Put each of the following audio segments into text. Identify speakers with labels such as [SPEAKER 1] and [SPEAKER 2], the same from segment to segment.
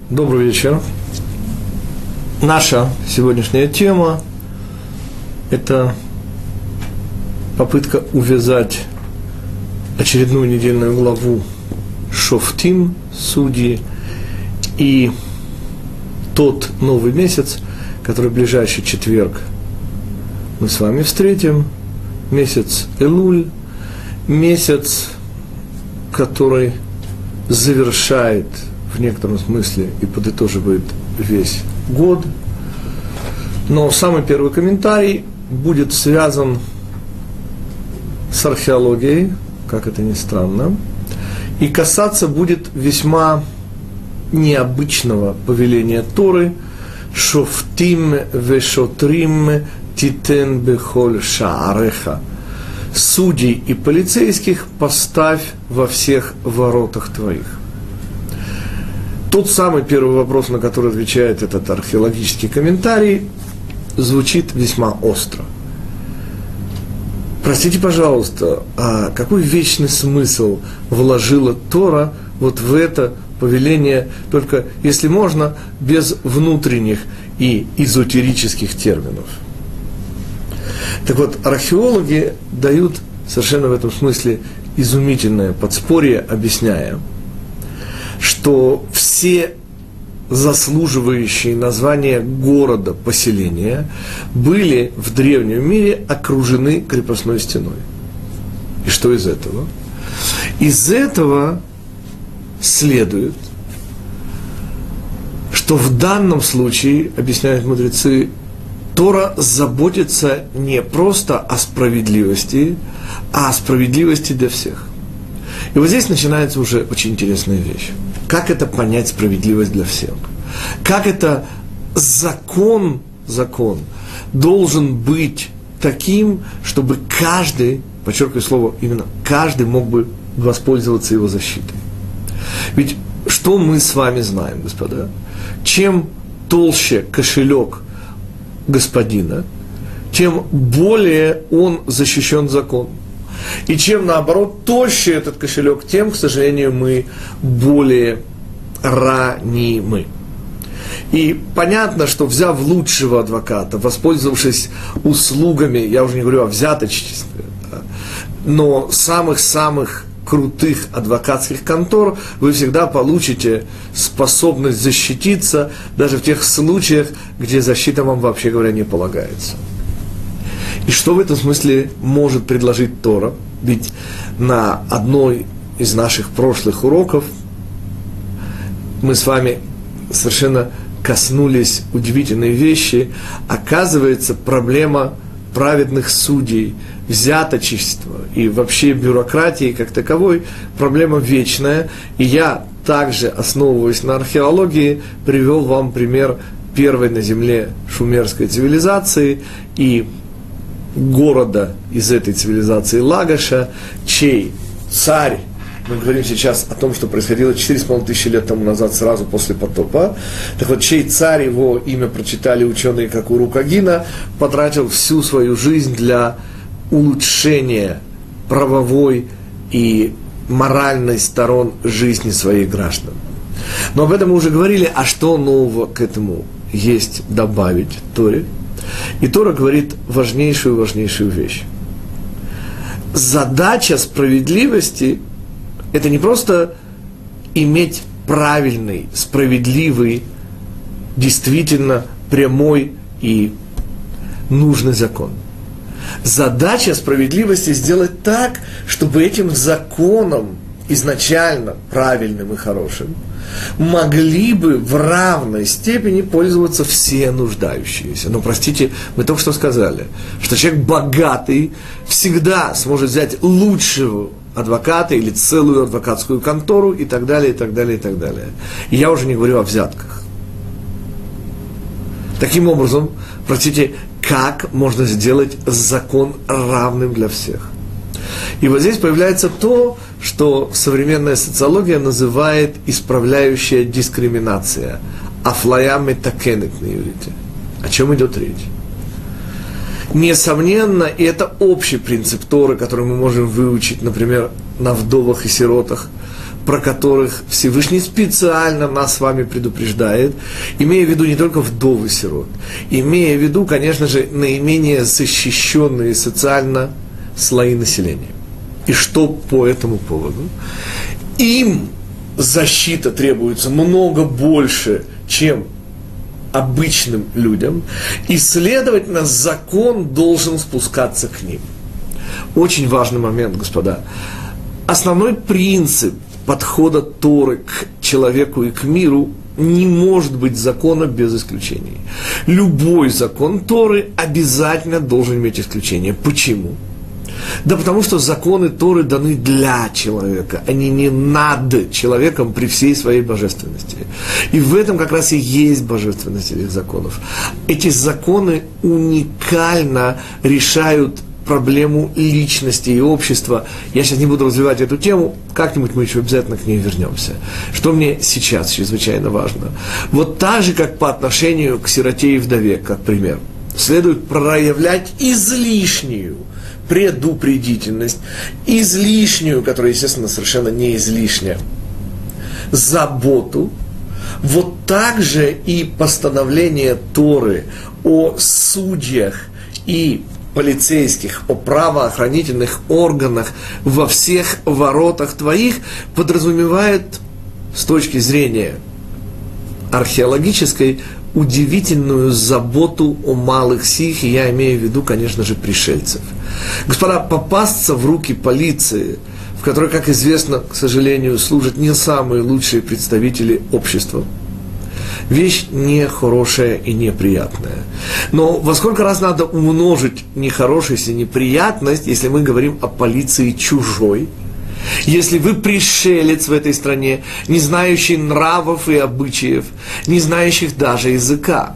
[SPEAKER 1] Добрый вечер. Наша сегодняшняя тема – это попытка увязать очередную недельную главу Шофтим, судьи, и тот новый месяц, который в ближайший четверг мы с вами встретим, месяц Элуль, месяц, который завершает в некотором смысле и подытоживает весь год. Но самый первый комментарий будет связан с археологией, как это ни странно, и касаться будет весьма необычного повеления Торы «Шофтим вешотрим титен бехоль шаареха» – «Судей и полицейских поставь во всех воротах твоих». Тот самый первый вопрос, на который отвечает этот археологический комментарий, звучит весьма остро. Простите, пожалуйста, а какой вечный смысл вложила Тора вот в это повеление, только, если можно, без внутренних и эзотерических терминов? Так вот, археологи дают совершенно в этом смысле изумительное подспорье, объясняя, что все заслуживающие названия города, поселения были в древнем мире окружены крепостной стеной. И что из этого? Из этого следует, что в данном случае, объясняют мудрецы, Тора заботится не просто о справедливости, а о справедливости для всех. И вот здесь начинается уже очень интересная вещь. Как это понять справедливость для всех? Как это закон должен быть таким, чтобы каждый, подчеркиваю слово, именно каждый мог бы воспользоваться его защитой? Ведь что мы с вами знаем, господа? Чем толще кошелек господина, тем более он защищен законом. И чем, наоборот, толще этот кошелек, тем, к сожалению, мы более ранимы. И понятно, что взяв лучшего адвоката, воспользовавшись услугами, я уже не говорю о взяточестве, но самых-самых крутых адвокатских контор, вы всегда получите способность защититься, даже в тех случаях, где защита вам, вообще говоря, не полагается. И что в этом смысле может предложить Тора? Ведь на одной из наших прошлых уроков мы с вами совершенно коснулись удивительной вещи. Оказывается, проблема праведных судей, взяточества и вообще бюрократии как таковой проблема вечная. И я также, основываясь на археологии, привел вам пример первой на земле шумерской цивилизации и города из этой цивилизации Лагоша, чей царь, мы говорим сейчас о том, что происходило 4,5 тысячи лет тому назад, сразу после потопа, так вот, чей царь, его имя прочитали ученые, как Урук Агина, потратил всю свою жизнь для улучшения правовой и моральной сторон жизни своих граждан. Но об этом мы уже говорили, а что нового к этому есть добавить Торе? И Тора говорит важнейшую вещь. Задача справедливости – это не просто иметь правильный, справедливый, действительно прямой и нужный закон. Задача справедливости – сделать так, чтобы этим законом, изначально правильным и хорошим, могли бы в равной степени пользоваться все нуждающиеся. Но, простите, мы только что сказали, что человек богатый всегда сможет взять лучшего адвоката или целую адвокатскую контору и так далее, и так далее, и так далее. И я уже не говорю о взятках. Таким образом, простите, как можно сделать закон равным для всех? И вот здесь появляется то, что современная социология называет исправляющая дискриминация. Афлая метакенет на иврите. О чем идет речь? Несомненно, и это общий принцип Торы, который мы можем выучить, например, на вдовах и сиротах, про которых Всевышний специально нас с вами предупреждает, имея в виду не только вдов и сирот, имея в виду, конечно же, наименее защищенные социально слои населения. И что по этому поводу? Им защита требуется много больше, чем обычным людям, и, следовательно, закон должен спускаться к ним. Очень важный момент, господа. Основной принцип подхода Торы к человеку и к миру не может быть закона без исключений. Любой закон Торы обязательно должен иметь исключение. Почему? Да потому что законы Торы даны для человека, они не над человеком при всей своей божественности. И в этом как раз и есть божественность этих законов. Эти законы уникально решают проблему личности и общества. Я сейчас не буду развивать эту тему, как-нибудь мы еще обязательно к ней вернемся. Что мне сейчас чрезвычайно важно. Вот так же, как по отношению к сироте и вдове, как пример, следует проявлять излишнюю предупредительность, излишнюю, которая, естественно, совершенно не излишняя, заботу. Вот так же и постановление Торы о судьях и полицейских, о правоохранительных органах во всех воротах твоих подразумевает с точки зрения археологической удивительную заботу о малых сих, и я имею в виду, конечно же, пришельцев. Господа, попасться в руки полиции, в которой, как известно, к сожалению, служат не самые лучшие представители общества, вещь нехорошая и неприятная. Но во сколько раз надо умножить нехорошесть и неприятность, если мы говорим о полиции чужой, если вы пришелец в этой стране, не знающий нравов и обычаев, не знающих даже языка.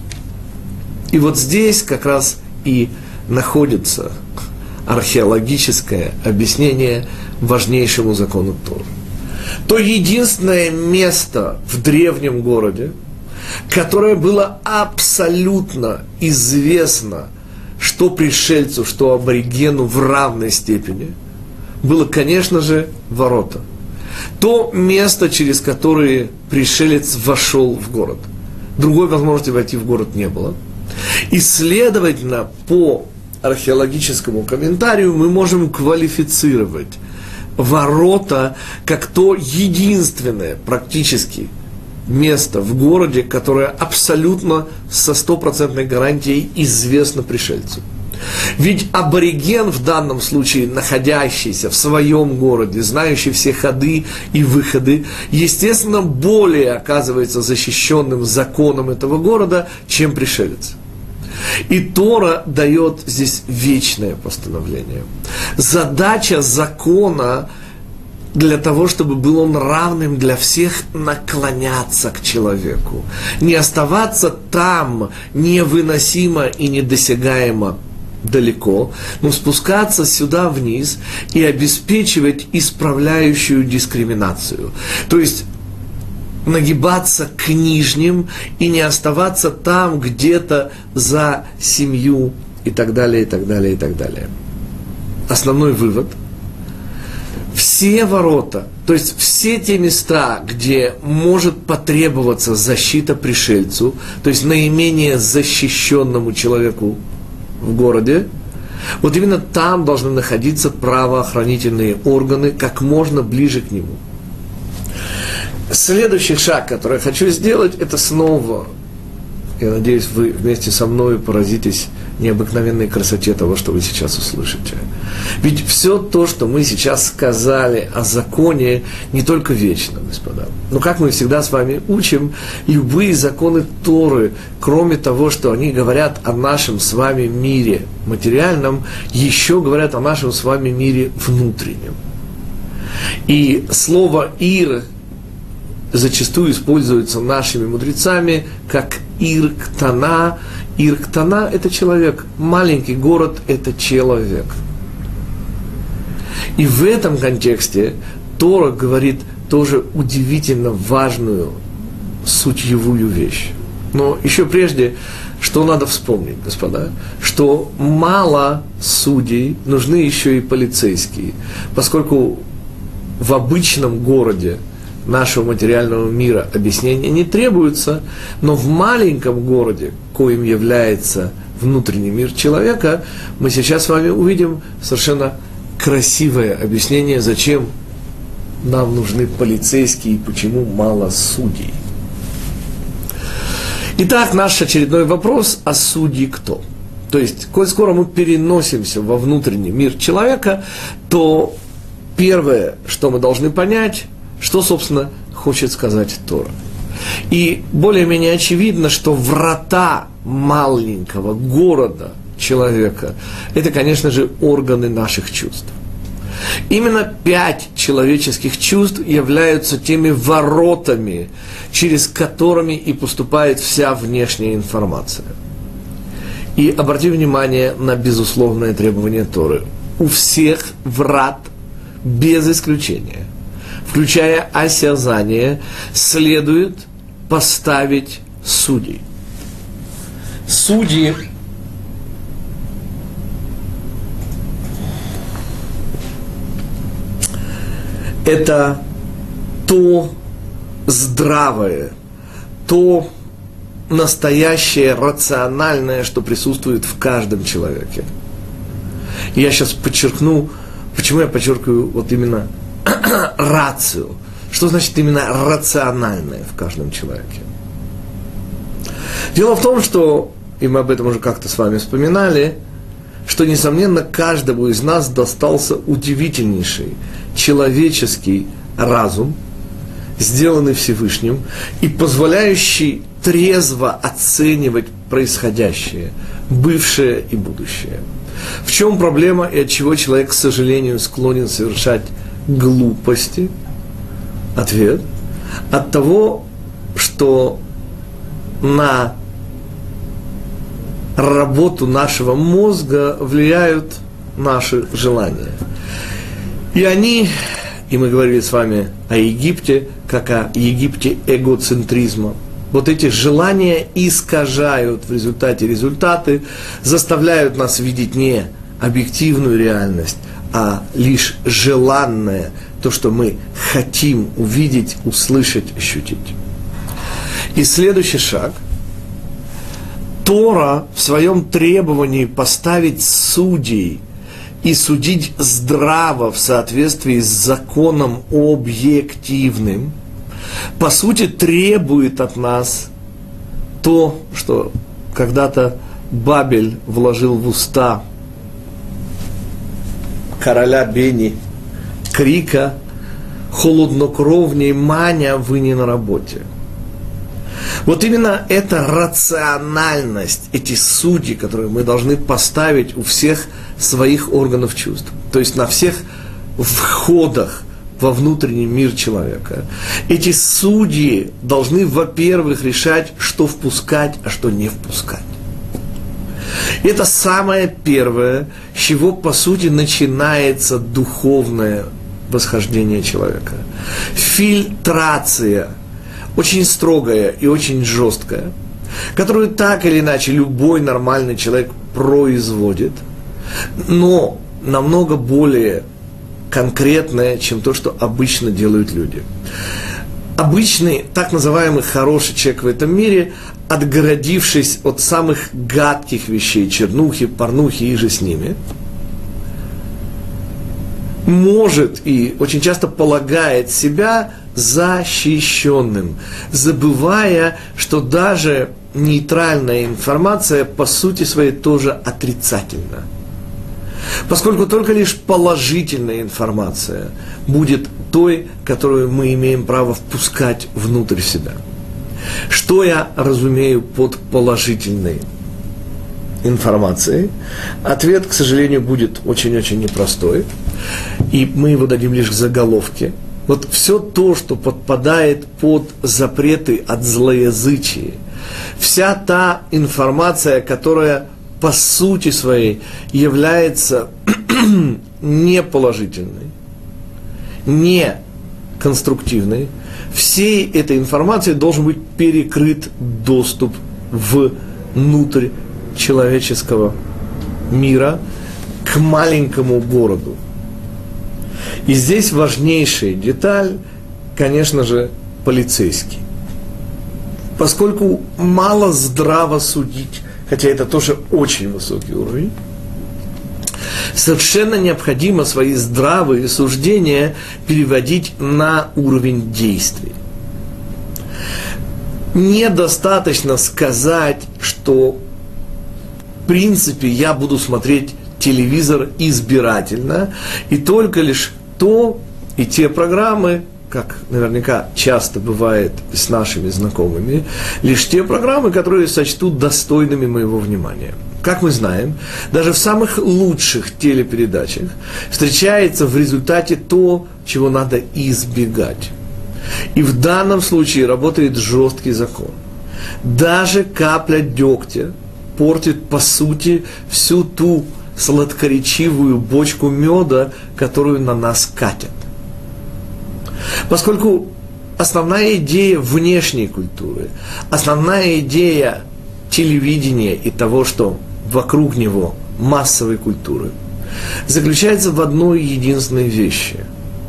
[SPEAKER 1] И вот здесь как раз и находится археологическое объяснение важнейшему закону Торы. То единственное место в древнем городе, которое было абсолютно известно, что пришельцу, что аборигену в равной степени, было, конечно же, ворота. То место, через которое пришелец вошел в город. Другой возможности войти в город не было. И, следовательно, по археологическому комментарию мы можем квалифицировать ворота как то единственное практически место в городе, которое абсолютно со стопроцентной гарантией известно пришельцу. Ведь абориген в данном случае, находящийся в своем городе, знающий все ходы и выходы, естественно, более оказывается защищенным законом этого города, чем пришелец. И Тора дает здесь вечное постановление. Задача закона для того, чтобы был он равным для всех, наклоняться к человеку. Не оставаться там невыносимо и недосягаемо далеко, но спускаться сюда вниз и обеспечивать исправляющую дискриминацию. То есть нагибаться к нижним и не оставаться там где-то за семью и так далее, и так далее, и так далее. Основной вывод. Все ворота, то есть все те места, где может потребоваться защита пришельцу, то есть наименее защищенному человеку в городе, вот именно там должны находиться правоохранительные органы как можно ближе к нему. Следующий шаг, который я хочу сделать, это снова, я надеюсь, вы вместе со мной поразитесь необыкновенной красоте того, что вы сейчас услышите. Ведь все то, что мы сейчас сказали о законе, не только вечно, господа. Но как мы всегда с вами учим, любые законы Торы, кроме того, что они говорят о нашем с вами мире материальном, еще говорят о нашем с вами мире внутреннем. И слово «ир» зачастую используется нашими мудрецами как «ир-ктана». «Ир-ктана» – это человек, маленький город – это человек. И в этом контексте Тора говорит тоже удивительно важную сутьевую вещь. Но еще прежде, что надо вспомнить, господа, что мало судей, нужны еще и полицейские, поскольку в обычном городе нашего материального мира объяснения не требуются, но в маленьком городе, коим является внутренний мир человека, мы сейчас с вами увидим совершенно красивое объяснение, зачем нам нужны полицейские и почему мало судей. Итак, наш очередной вопрос: а судьи кто? То есть, коль скоро мы переносимся во внутренний мир человека, то первое, что мы должны понять, что, собственно, хочет сказать Тора. И более-менее очевидно, что врата маленького города человека – это, конечно же, органы наших чувств. Именно 5 человеческих чувств являются теми воротами, через которыми и поступает вся внешняя информация. И обрати внимание на безусловное требование Торы. У всех врат, без исключения, включая осязание, следует поставить судей. Судьи – это то здравое, то настоящее, рациональное, что присутствует в каждом человеке. Я сейчас подчеркну, почему я подчеркиваю вот именно рацию. Что значит именно рациональное в каждом человеке? Дело в том, что, и мы об этом уже как-то с вами вспоминали, что, несомненно, каждому из нас достался удивительнейший человеческий разум, сделанный Всевышним и позволяющий трезво оценивать происходящее, бывшее и будущее. В чем проблема и от чего человек, к сожалению, склонен совершать глупости? Ответ: от того, что на работу нашего мозга влияют наши желания. И они, и мы говорили с вами о Египте, как о Египте эгоцентризма. Вот эти желания искажают в результате результаты, заставляют нас видеть не объективную реальность, а лишь желанное, то, что мы хотим увидеть, услышать, ощутить. И следующий шаг. Тора в своем требовании поставить судей и судить здраво в соответствии с законом объективным, по сути, требует от нас то, что когда-то Бабель вложил в уста короля Бени, крика «Холоднокровней Маня, вы не на работе». Вот именно эта рациональность, эти судьи, которые мы должны поставить у всех своих органов чувств, то есть на всех входах во внутренний мир человека. Эти судьи должны, во-первых, решать, что впускать, а что не впускать. Это самое первое, с чего, по сути, начинается духовное восхождение человека. Фильтрация, очень строгая и очень жесткая, которую так или иначе любой нормальный человек производит, но намного более конкретное, чем то, что обычно делают люди. Обычный, так называемый хороший человек в этом мире, отгородившись от самых гадких вещей, чернухи, порнухи и же с ними, может и очень часто полагает себя защищенным, забывая, что даже нейтральная информация по сути своей тоже отрицательна. Поскольку только лишь положительная информация будет той, которую мы имеем право впускать внутрь себя. Что я разумею под положительной информацией? Ответ, к сожалению, будет очень-очень непростой, и мы его дадим лишь в заголовке. Вот все то, что подпадает под запреты от злоязычия, вся та информация, которая по сути своей является неположительной, не конструктивной, всей этой информации должен быть перекрыт доступ внутрь человеческого мира к маленькому городу. И здесь важнейшая деталь, конечно же, полицейский. Поскольку мало здраво судить, хотя это тоже очень высокий уровень, совершенно необходимо свои здравые суждения переводить на уровень действий. Недостаточно сказать, что в принципе я буду смотреть телевизор избирательно, и только лишь то и те программы, как наверняка часто бывает с нашими знакомыми, лишь те программы, которые сочтут достойными моего внимания. Как мы знаем, даже в самых лучших телепередачах встречается в результате то, чего надо избегать. И в данном случае работает жесткий закон. Даже капля дегтя портит, по сути, всю ту сладкоречивую бочку меда, которую на нас катят. Поскольку основная идея внешней культуры, основная идея телевидения и того, что вокруг него массовой культуры, заключается в одной единственной вещи.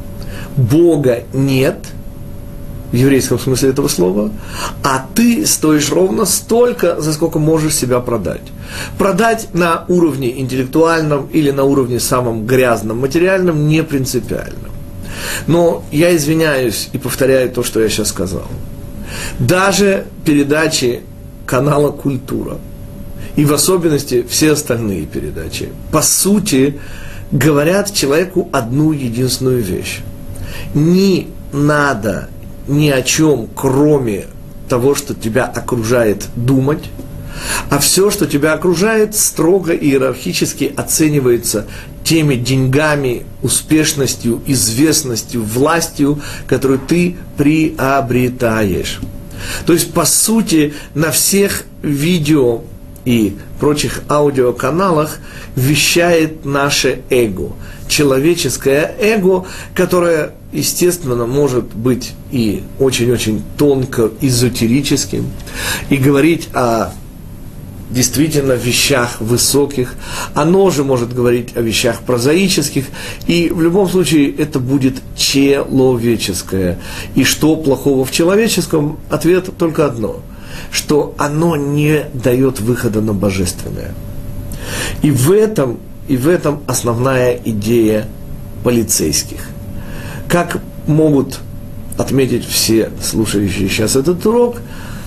[SPEAKER 1] Бога нет, в еврейском смысле этого слова, а ты стоишь ровно столько, за сколько можешь себя продать. Продать на уровне интеллектуальном или на уровне самом грязном, материальном, не принципиально. Но я извиняюсь и повторяю то, что я сейчас сказал. Даже передачи канала «Культура», и в особенности все остальные передачи, по сути, говорят человеку одну единственную вещь. Не надо ни о чем, кроме того, что тебя окружает, думать, а все, что тебя окружает, строго иерархически оценивается теми деньгами, успешностью, известностью, властью, которую ты приобретаешь. То есть, по сути, на всех видео и прочих аудиоканалах вещает наше эго, человеческое эго, которое, естественно, может быть и очень-очень тонко эзотерическим, и говорить о действительно вещах высоких, оно же может говорить о вещах прозаических, и в любом случае это будет человеческое. И что плохого в человеческом? Ответ только одно, что оно не дает выхода на божественное. И в этом основная идея полицейских. Как могут отметить все слушающие сейчас этот урок,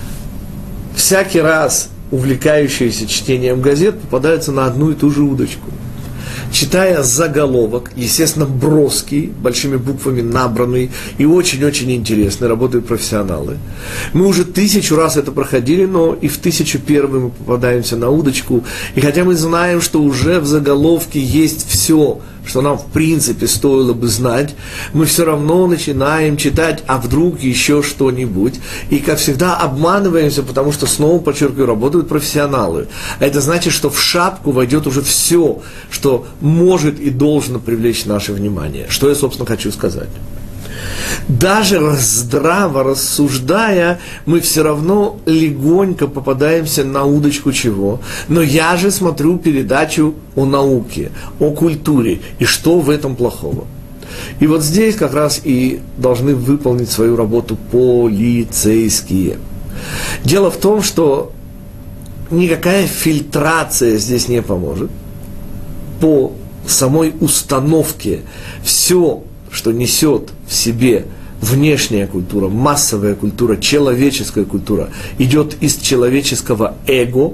[SPEAKER 1] всякий раз увлекающиеся чтением газет попадаются на одну и ту же удочку. Читая заголовок, естественно, броский, большими буквами набранный и очень-очень интересный, работают профессионалы. Мы уже 1000 раз это проходили, но и в 1001 мы попадаемся на удочку. И хотя мы знаем, что уже в заголовке есть все, что нам в принципе стоило бы знать, мы все равно начинаем читать, а вдруг еще что-нибудь. И, как всегда, обманываемся, потому что, снова подчеркиваю, работают профессионалы. А это значит, что в шапку войдет уже все, что может и должно привлечь наше внимание. Что я, собственно, хочу сказать. Даже здраво рассуждая, мы все равно легонько попадаемся на удочку чего? Но я же смотрю передачу о науке, о культуре, и что в этом плохого? И вот здесь как раз и должны выполнить свою работу полицейские. Дело в том, что никакая фильтрация здесь не поможет. По самой установке все, что несет в себе внешняя культура, массовая культура, человеческая культура, идет из человеческого эго,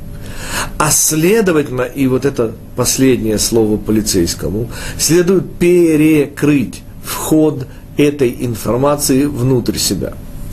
[SPEAKER 1] а следовательно, и вот это последнее слово полицейскому, следует перекрыть вход этой информации внутрь себя.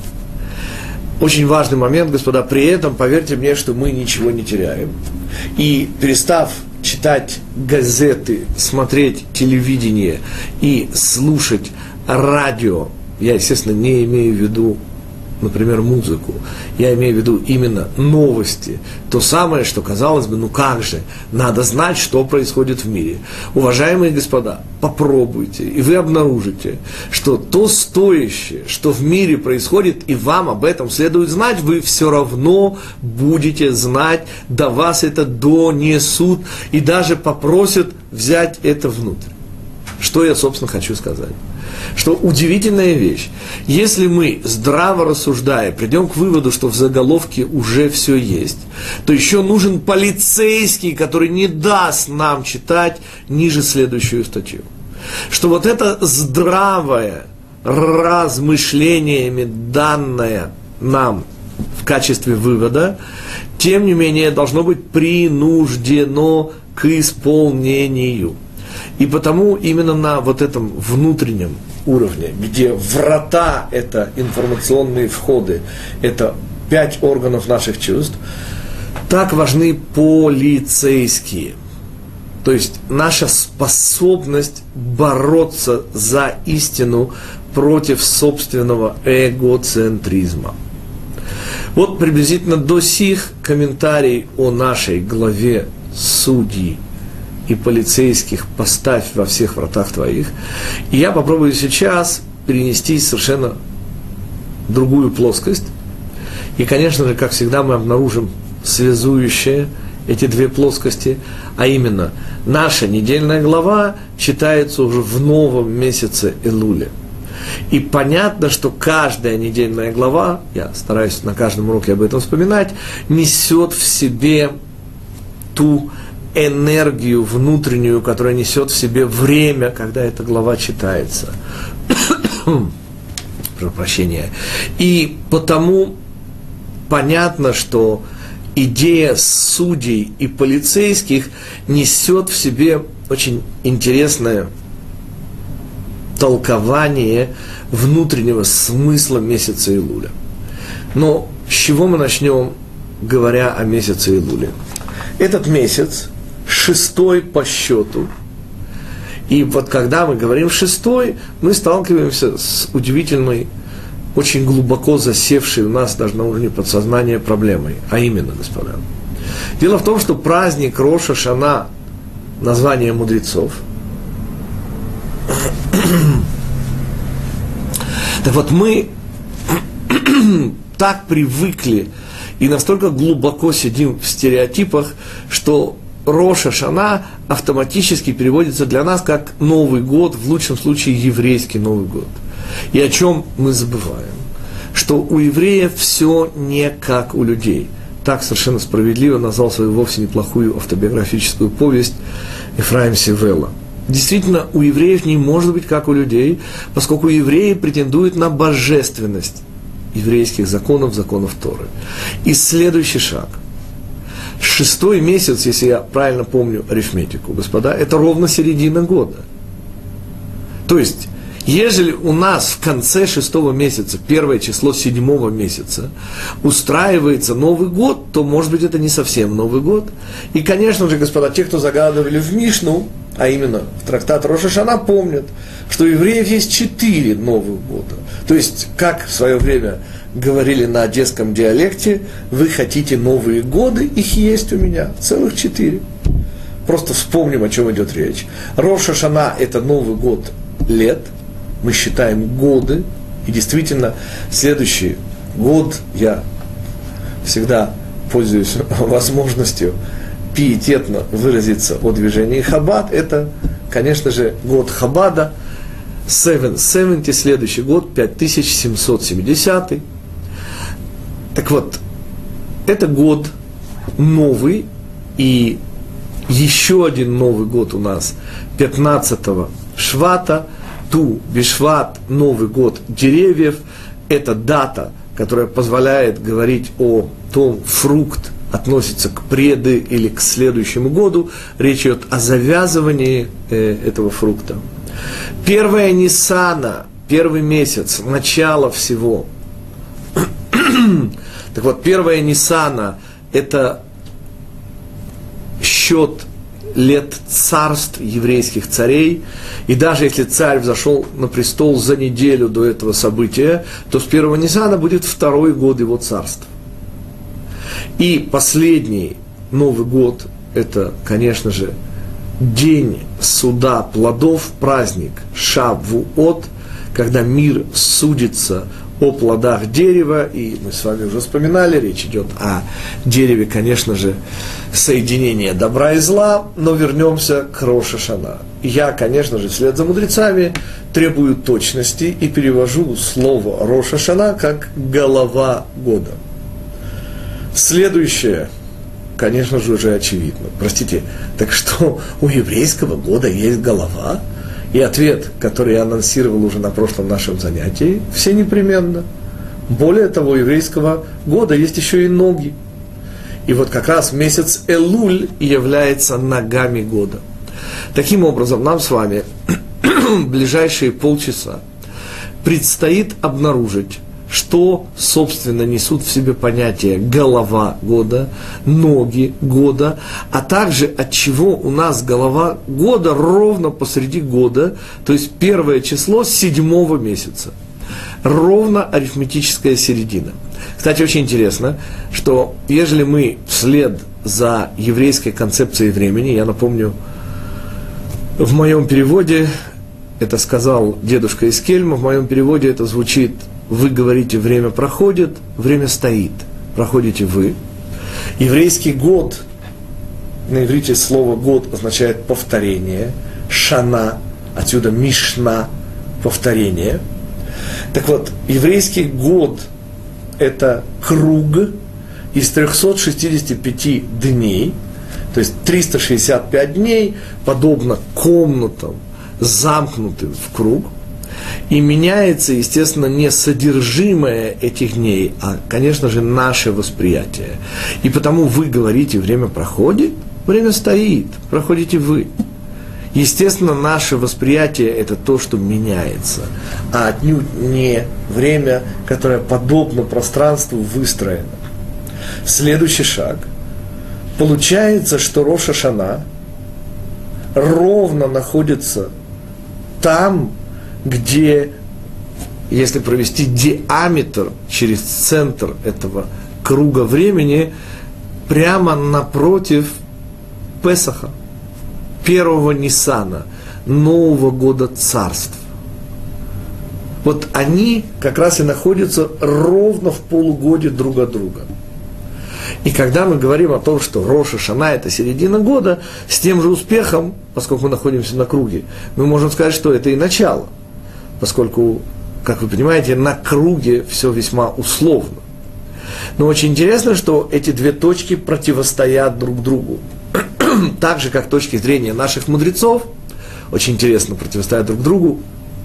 [SPEAKER 1] Очень важный момент, господа, при этом, поверьте мне, что мы ничего не теряем. И перестав читать газеты, смотреть телевидение и слушать радио, я, естественно, не имею в виду, например, музыку, я имею в виду именно новости, то самое, что, казалось бы, ну как же, надо знать, что происходит в мире. Уважаемые господа, попробуйте, и вы обнаружите, что то стоящее, что в мире происходит, и вам об этом следует знать, вы все равно будете знать, до вас это донесут, и даже попросят взять это внутрь. Что я, собственно, хочу сказать? Что удивительная вещь. Если мы, здраво рассуждая, придем к выводу, что в заголовке уже все есть, то еще нужен полицейский, который не даст нам читать ниже следующую статью. Что вот это здравое размышлениями данное нам в качестве вывода, тем не менее, должно быть принуждено к исполнению. И потому именно на вот этом внутреннем уровне, где врата – это информационные входы, это 5 органов наших чувств, так важны полицейские. То есть наша способность бороться за истину против собственного эгоцентризма. Вот приблизительно до сих комментарий о нашей главе «Судьи и полицейских поставь во всех вратах твоих». И я попробую сейчас перенести совершенно другую плоскость. И, конечно же, как всегда, мы обнаружим связующие эти две плоскости, а именно, наша недельная глава читается уже в новом месяце Элуле. И понятно, что каждая недельная глава, я стараюсь на каждом уроке об этом вспоминать, несет в себе ту энергию внутреннюю, которая несет в себе время, когда эта глава читается. Прошу прощения. И потому понятно, что идея судей и полицейских несет в себе очень интересное толкование внутреннего смысла месяца Илуля. Но с чего мы начнем, говоря о месяце Илуле? Этот месяц 6-й по счету. И вот когда мы говорим 6-й, мы сталкиваемся с удивительной, очень глубоко засевшей у нас даже на уровне подсознания проблемой. А именно, господа, дело в том, что праздник Рош ха-Шана, название мудрецов, так вот мы так привыкли и настолько глубоко сидим в стереотипах, что Рош ха-Шана автоматически переводится для нас как Новый год, в лучшем случае еврейский Новый год. И о чем мы забываем? Что у евреев все не как у людей. Так совершенно справедливо назвал свою вовсе неплохую автобиографическую повесть Ефраим Сивелла. Действительно, у евреев не может быть как у людей, поскольку евреи претендуют на божественность еврейских законов, законов Торы. И следующий шаг. 6-й месяц, если я правильно помню арифметику, господа, это ровно середина года. То есть, ежели у нас в конце 6-го месяца, 1 число 7-го месяца, устраивается Новый год, то, может быть, это не совсем Новый год. И, конечно же, господа, те, кто загадывали в Мишну, а именно в трактат Рош ха-Шана, помнят, что у евреев есть 4 Новых года. То есть, как в свое время говорили на одесском диалекте, вы хотите новые годы, их есть у меня, целых 4. Просто вспомним, о чем идет речь. Рош ха-Шана – это Новый год лет, мы считаем годы, и действительно, следующий год, я всегда пользуюсь возможностью пиететно выразиться о движении Хаббат, это, конечно же, год Хаббада, 770, следующий год, 5770. Так вот, это год новый, и еще один Новый год у нас 15-го Швата, Ту Бишват, Новый год деревьев, это дата, которая позволяет говорить о том, фрукт относится к преды или к следующему году, речь идет о завязывании этого фрукта. 1 Ниссана, 1 месяц, начало всего. Так вот, 1 Ниссана – это счет лет царств еврейских царей, и даже если царь взошел на престол за неделю до этого события, то с 1 Ниссана будет 2-й год его царства. И последний Новый год – это, конечно же, день суда плодов, праздник Шавуот, когда мир судится о плодах дерева, и мы с вами уже вспоминали, речь идет о дереве, конечно же, соединения добра и зла, но вернемся к Рош ха-Шана. Я, конечно же, вслед за мудрецами требую точности и перевожу слово Рош ха-Шана как «голова года». Следующее, конечно же, уже очевидно. Простите, так что у еврейского года есть голова? И ответ, который я анонсировал уже на прошлом нашем занятии, все непременно. Более того, у еврейского года есть еще и ноги. И вот как раз месяц Элуль является ногами года. Таким образом, нам с вами в ближайшие полчаса предстоит обнаружить, что, собственно, несут в себе понятие голова года, ноги года, а также от чего у нас голова года ровно посреди года, то есть первое число 7-го месяца. Ровно арифметическая середина. Кстати, очень интересно, что ежели мы вслед за еврейской концепцией времени, я напомню, в моем переводе, это сказал дедушка из Кельма, в моем переводе это звучит: вы говорите, время проходит, время стоит. Проходите вы. Еврейский год, на иврите слово год означает повторение. Шана, отсюда мишна, повторение. Так вот, еврейский год – это круг из 365 дней, то есть 365 дней, подобно комнатам, замкнутым в круг. И меняется, естественно, не содержимое этих дней, а, конечно же, наше восприятие. И потому вы говорите, время проходит, время стоит, проходите вы. Естественно, наше восприятие – это то, что меняется, а отнюдь не время, которое подобно пространству выстроено. Следующий шаг. Получается, что Рош ха-Шана ровно находится там, где, если провести диаметр через центр этого круга времени, прямо напротив Песаха, первого Ниссана, Нового года царств. Вот они как раз и находятся ровно в полугодии друг от друга. И когда мы говорим о том, что Рош ха-Шана – это середина года, с тем же успехом, поскольку мы находимся на круге, мы можем сказать, что это и начало. Поскольку, как вы понимаете, на круге все весьма условно. Но очень интересно, что эти две точки противостоят друг другу. Так же, как точки зрения наших мудрецов, очень интересно, противостоят друг другу.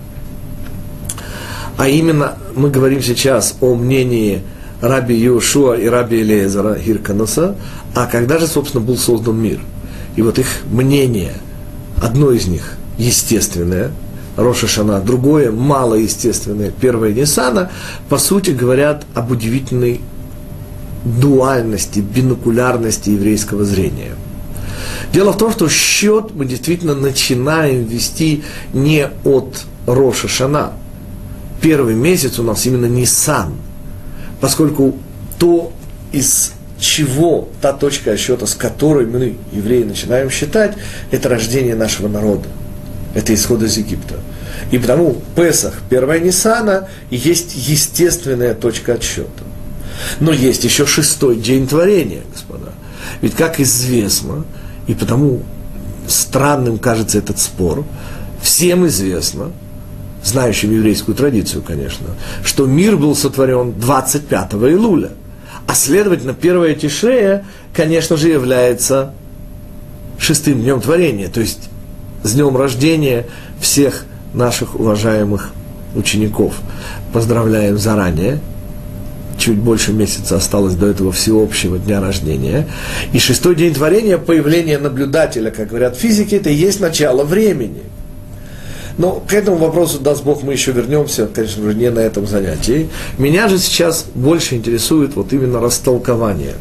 [SPEAKER 1] А именно, мы говорим сейчас о мнении Раби Йошуа и Раби Элиэзера Гиркануса, а когда же, собственно, был создан мир. И вот их мнение, одно из них естественное, Рош ха-Шана, другое малоестественное, первое Ниссана, по сути говорят об удивительной дуальности, бинокулярности еврейского зрения. Дело в том, что счет мы действительно начинаем вести не от Рош ха-Шана. Первый месяц у нас именно Ниссан, поскольку то, из чего та точка отсчета, с которой мы, евреи, начинаем считать, это рождение нашего народа. Это исход из Египта. И потому Песах, первая Ниссана, есть естественная точка отсчета. Но есть еще 6-й день творения, господа. Ведь, как известно, и потому странным кажется этот спор, всем известно, знающим еврейскую традицию, конечно, что мир был сотворен 25-го Илуля. А следовательно, первое Тишрея, конечно же, является 6-м днем творения, то есть с днем рождения всех наших уважаемых учеников. Поздравляем заранее. Чуть больше месяца осталось до этого всеобщего дня рождения. И 6-й день творения, появление наблюдателя, как говорят физики, это и есть начало времени. Но к этому вопросу, даст Бог, мы еще вернемся, конечно же, не на этом занятии. Меня же сейчас больше интересует вот именно растолкование.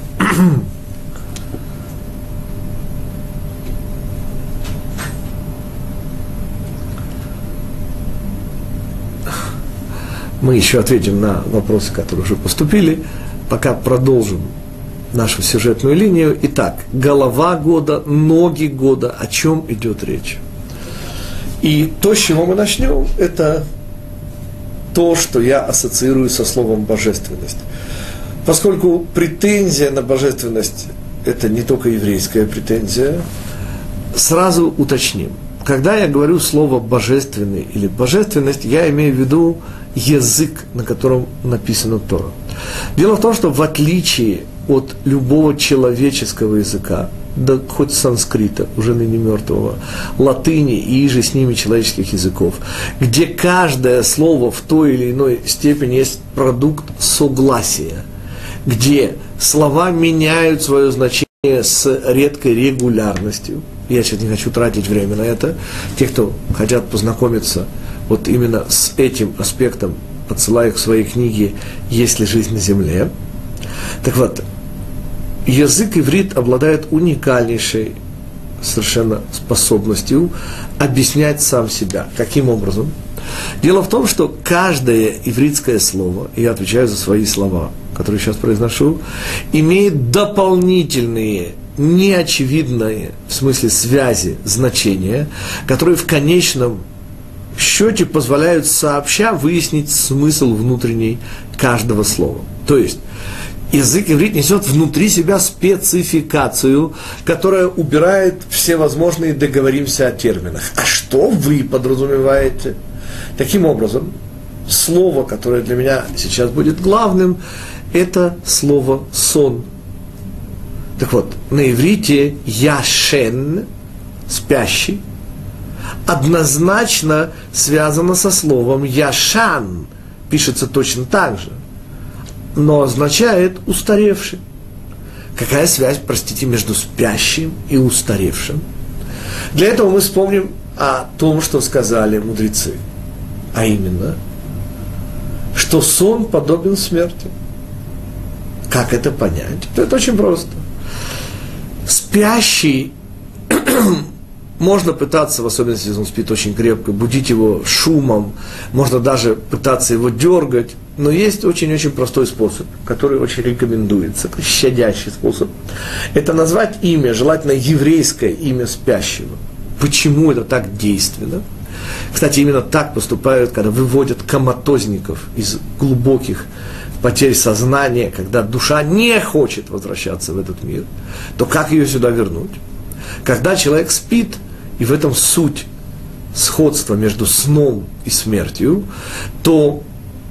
[SPEAKER 1] Мы еще ответим на вопросы, которые уже поступили. Пока продолжим нашу сюжетную линию. Итак, голова года, ноги года. О чем идет речь? И то, с чего мы начнем, это то, что я ассоциирую со словом «божественность». Поскольку претензия на божественность – это не только еврейская претензия, сразу уточним. Когда я говорю слово «божественный» или «божественность», я имею в виду язык, на котором написана Тора. Дело в том, что в отличие от любого человеческого языка, да хоть санскрита, уже ныне мертвого, латыни и иже с ними человеческих языков, где каждое слово в той или иной степени есть продукт согласия, где слова меняют свое значение с редкой регулярностью. Я сейчас не хочу тратить время на это. Те, кто хотят познакомиться вот именно с этим аспектом, подсылаю их в свои книги «Есть ли жизнь на земле?». Так вот, язык иврит обладает уникальнейшей совершенно способностью объяснять сам себя. Каким образом? Дело в том, что каждое ивритское слово, и я отвечаю за свои слова, которые сейчас произношу, имеет дополнительные, неочевидные, в смысле связи, значения, которые в конечном счете позволяют сообща выяснить смысл внутренний каждого слова. То есть, язык иврит несет внутри себя спецификацию, которая убирает все возможные «договоримся о терминах». А что вы подразумеваете? Таким образом, слово, которое для меня сейчас будет главным, это слово «сон». Так вот, на иврите «яшен» – «спящий» однозначно связано со словом «яшан», пишется точно так же, но означает «устаревший». Какая связь, простите, между спящим и устаревшим? Для этого мы вспомним о том, что сказали мудрецы, а именно, что сон подобен смерти. Как это понять? Это очень просто. Спящий, можно пытаться, в особенности, если он спит очень крепко, будить его шумом, можно даже пытаться его дергать, но есть очень-очень простой способ, который очень рекомендуется, щадящий способ. Это назвать имя, желательно еврейское имя спящего. Почему это так действенно? Кстати, именно так поступают, когда выводят коматозников из глубоких потерь сознания, когда душа не хочет возвращаться в этот мир, то как ее сюда вернуть? Когда человек спит, и в этом суть сходства между сном и смертью, то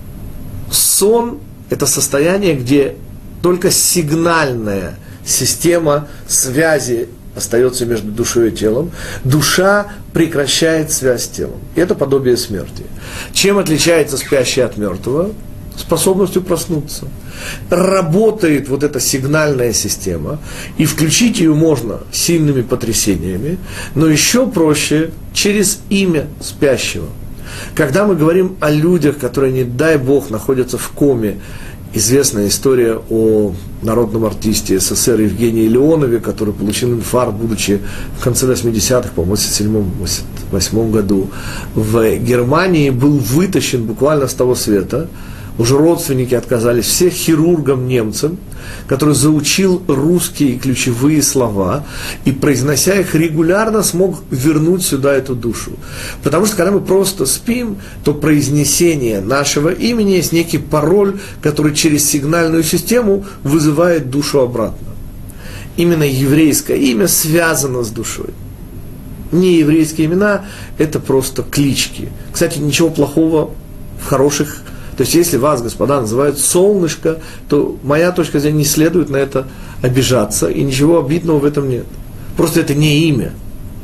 [SPEAKER 1] сон – это состояние, где только сигнальная система связи остается между душой и телом, душа прекращает связь с телом. И это подобие смерти. Чем отличается спящий от мертвого? Способностью проснуться. Работает вот эта сигнальная система, и включить ее можно сильными потрясениями, но еще проще через имя спящего. Когда мы говорим о людях, которые, не дай Бог, находятся в коме, известная история о народном артисте СССР Евгении Леонове, который получил инфаркт, будучи в конце 80-х, по-моему, в 87-88 году в Германии, был вытащен буквально с того света. Уже родственники отказались, всех хирургам-немцам, который заучил русские ключевые слова и, произнося их регулярно, смог вернуть сюда эту душу. Потому что, когда мы просто спим, то произнесение нашего имени есть некий пароль, который через сигнальную систему вызывает душу обратно. Именно еврейское имя связано с душой. Нееврейские имена – это просто клички. Кстати, ничего плохого в хороших. То есть, если вас, господа, называют солнышко, то моя точка зрения, не следует на это обижаться, и ничего обидного в этом нет. Просто это не имя.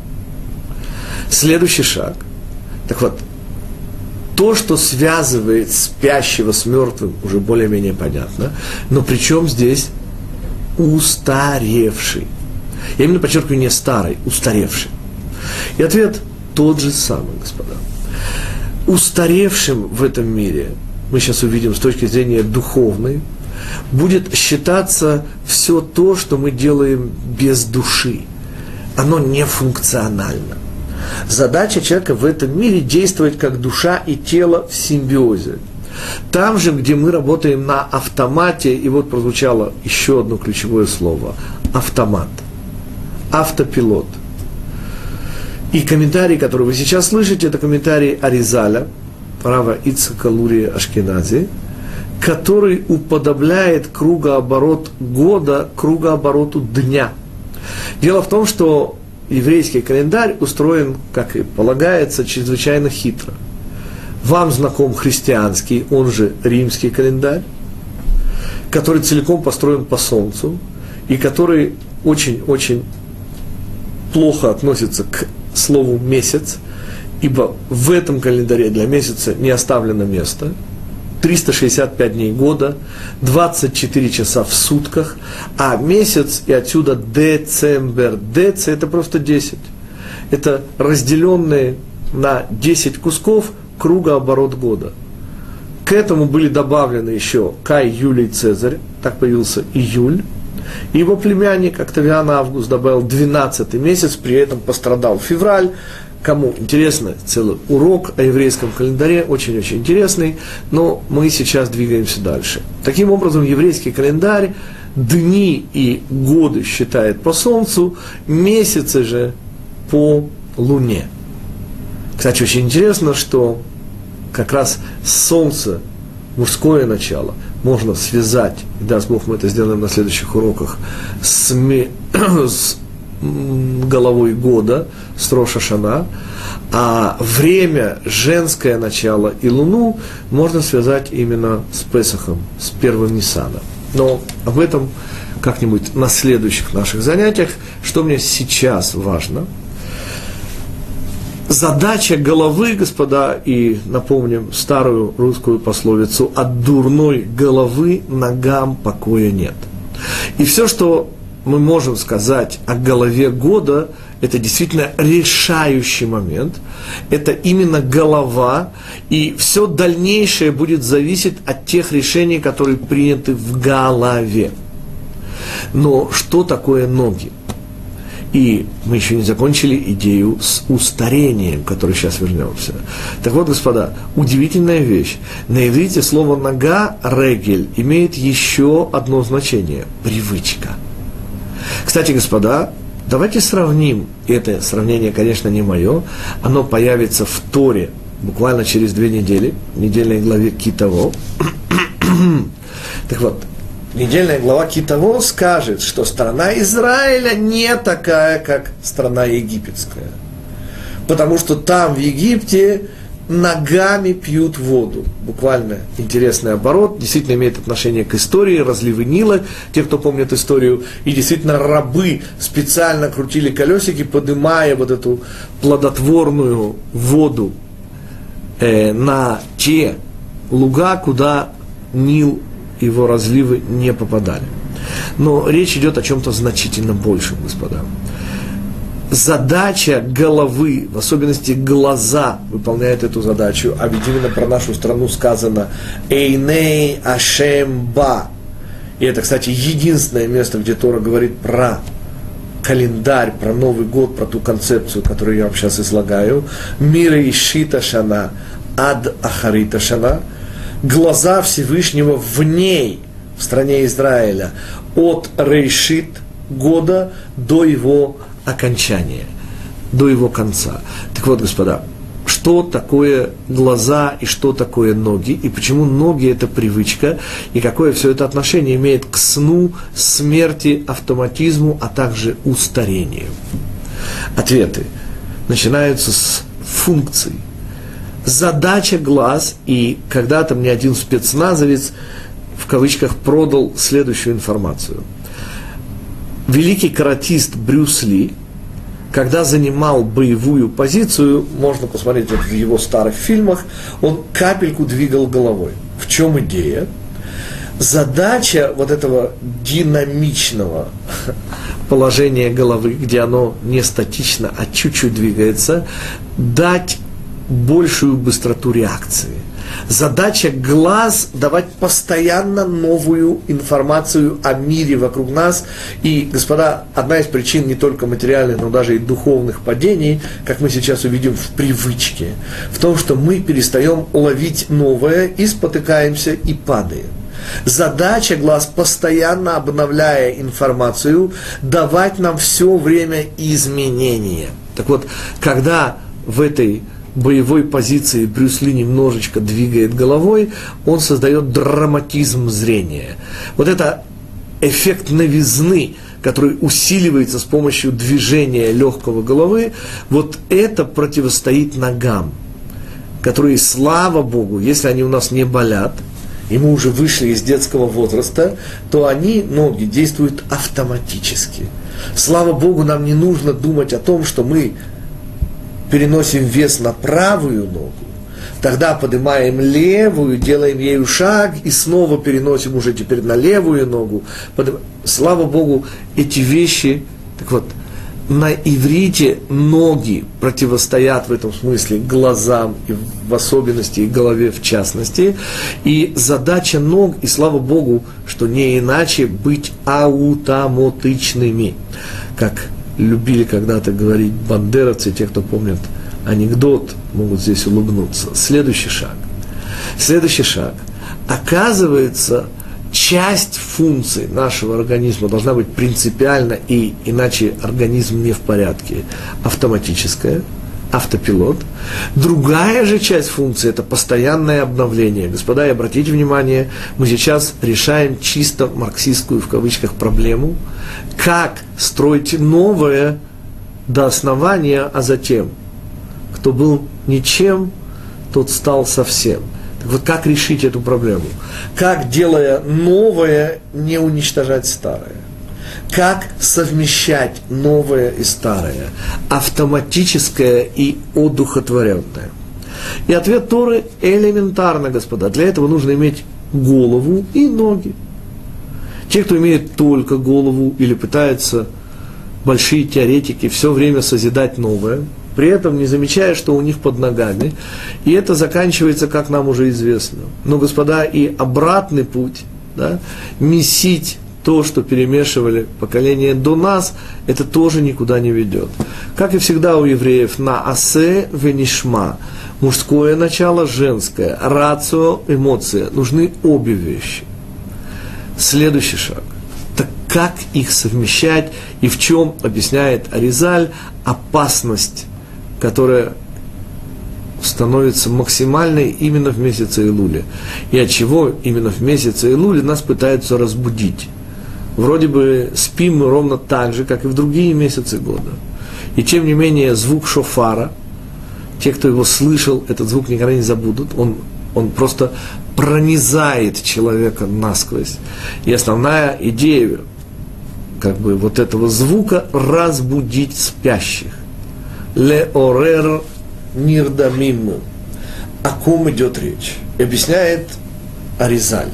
[SPEAKER 1] Следующий шаг. Так вот, то, что связывает спящего с мертвым, уже более-менее понятно, но при чем здесь устаревший? Я именно подчеркиваю, не старый, устаревший. И ответ тот же самый, господа. Устаревшим в этом мире, мы сейчас увидим с точки зрения духовной, будет считаться все то, что мы делаем без души. Оно не функционально. Задача человека в этом мире действовать как душа и тело в симбиозе. Там же, где мы работаем на автомате, и вот прозвучало еще одно ключевое слово – автомат, автопилот. И комментарий, который вы сейчас слышите, это комментарий Аризаля, Рава Ицхака Лурия Ашкенази, который уподобляет кругооборот года кругообороту дня. Дело в том, что еврейский календарь устроен, как и полагается, чрезвычайно хитро. Вам знаком христианский, он же римский календарь, который целиком построен по солнцу и который очень-очень плохо относится к слову «месяц», ибо в этом календаре для месяца не оставлено места. 365 дней года, 24 часа в сутках, а месяц, и отсюда децембер, дец – это просто 10. Это разделенные на 10 кусков кругооборот года. К этому были добавлены еще Кай, Юлий, Цезарь, так появился июль. И его племянник Октавиан Август добавил 12-й месяц, при этом пострадал февраль. Кому интересно, целый урок о еврейском календаре, очень-очень интересный, но мы сейчас двигаемся дальше. Таким образом, еврейский календарь дни и годы считает по солнцу, месяцы же по луне. Кстати, очень интересно, что как раз солнце, мужское начало, можно связать, и даст Бог, мы это сделаем на следующих уроках, с головой года, с Рош ха-Шана, а время, женское начало и луну можно связать именно с Песахом, с первым Ниссаном. Но об этом как-нибудь на следующих наших занятиях. Что мне сейчас важно? Задача головы, господа, и напомним старую русскую пословицу: от дурной головы ногам покоя нет. И все, что мы можем сказать о голове года, это действительно решающий момент, это именно голова, и все дальнейшее будет зависеть от тех решений, которые приняты в голове. Но что такое ноги? И мы еще не закончили идею с устарением, к которой сейчас вернемся. Так вот, господа, удивительная вещь. На иврите слово «нога», «регель» имеет еще одно значение – привычка. Кстати, господа, давайте сравним, и это сравнение, конечно, не мое, оно появится в Торе буквально через 2 недели, в недельной главе Ки-Таво. Так вот, недельная глава Ки-Таво скажет, что страна Израиля не такая, как страна египетская. Потому что там, в Египте, ногами пьют воду. Буквально интересный оборот, действительно имеет отношение к истории, разливы Нила, те, кто помнит историю, и действительно рабы специально крутили колесики, поднимая вот эту плодотворную воду на те луга, куда Нил и его разливы не попадали. Но речь идет о чем-то значительно большем, господа. Задача головы, в особенности глаза, выполняет эту задачу, а ведь именно про нашу страну сказано «Эйней Ашем Ба». И это, кстати, единственное место, где Тора говорит про календарь, про Новый год, про ту концепцию, которую я вам сейчас излагаю. «Мира Ишита Шана ад Ахарита Шана». Глаза Всевышнего в ней, в стране Израиля, от Рейшит года до его окончания, до его конца. Так вот, господа, что такое глаза и что такое ноги, и почему ноги – это привычка, и какое все это отношение имеет к сну, смерти, автоматизму, а также устарению? Ответы начинаются с функций. Задача глаз, и когда-то мне один спецназовец, в кавычках, продал следующую информацию. Великий каратист Брюс Ли, когда занимал боевую позицию, можно посмотреть вот в его старых фильмах, он капельку двигал головой. В чем идея? Задача вот этого динамичного положения головы, где оно не статично, а чуть-чуть двигается, дать большую быстроту реакции. Задача глаз – давать постоянно новую информацию о мире вокруг нас. И, господа, одна из причин не только материальных, но даже и духовных падений, как мы сейчас увидим, в привычке, в том, что мы перестаем ловить новое и спотыкаемся и падаем. Задача глаз, постоянно обновляя информацию, давать нам все время изменения. Так вот, когда в этой боевой позиции Брюс Ли немножечко двигает головой, он создает драматизм зрения. Вот это эффект новизны, который усиливается с помощью движения легкого головы, вот это противостоит ногам, которые, слава Богу, если они у нас не болят, и мы уже вышли из детского возраста, то они, ноги, действуют автоматически. Слава Богу, нам не нужно думать о том, что мы переносим вес на правую ногу, тогда поднимаем левую, делаем ею шаг и снова переносим уже теперь на левую ногу. Слава Богу, эти вещи, так вот, на иврите ноги противостоят в этом смысле глазам, и в особенности, и голове в частности. И задача ног, и слава Богу, что не иначе быть аутомотичными, как любили когда-то говорить бандеровцы, те, кто помнит анекдот, могут здесь улыбнуться. Следующий шаг. Оказывается, часть функций нашего организма должна быть принципиально, и иначе организм не в порядке, автоматическая, автопилот. Другая же часть функции – это постоянное обновление. Господа, и обратите внимание, мы сейчас решаем чисто марксистскую, в кавычках, проблему, как строить новое до основания, а затем, кто был ничем, тот стал совсем. Так вот, как решить эту проблему? Как, делая новое, не уничтожать старое? Как совмещать новое и старое, автоматическое и одухотворенное? И ответ Торы элементарно, господа. Для этого нужно иметь голову и ноги. Те, кто имеет только голову или пытаются, большие теоретики, все время созидать новое, при этом не замечая, что у них под ногами, и это заканчивается, как нам уже известно. Но, господа, и обратный путь, да, месить то, что перемешивали поколения до нас, это тоже никуда не ведет. Как и всегда у евреев, на асе венишма, мужское начало, женское, рацио, эмоция, нужны обе вещи. Следующий шаг. Так как их совмещать и в чем, объясняет Аризаль, опасность, которая становится максимальной именно в месяце Илуле. И от чего именно в месяце Илуле нас пытаются разбудить. Вроде бы спим мы ровно так же, как и в другие месяцы года. И тем не менее звук шофара, те, кто его слышал, этот звук никогда не забудут, он просто пронизает человека насквозь. И основная идея, как бы, вот этого звука – разбудить спящих. Леорер нирдамиму. О ком идет речь? Объясняет Аризаль.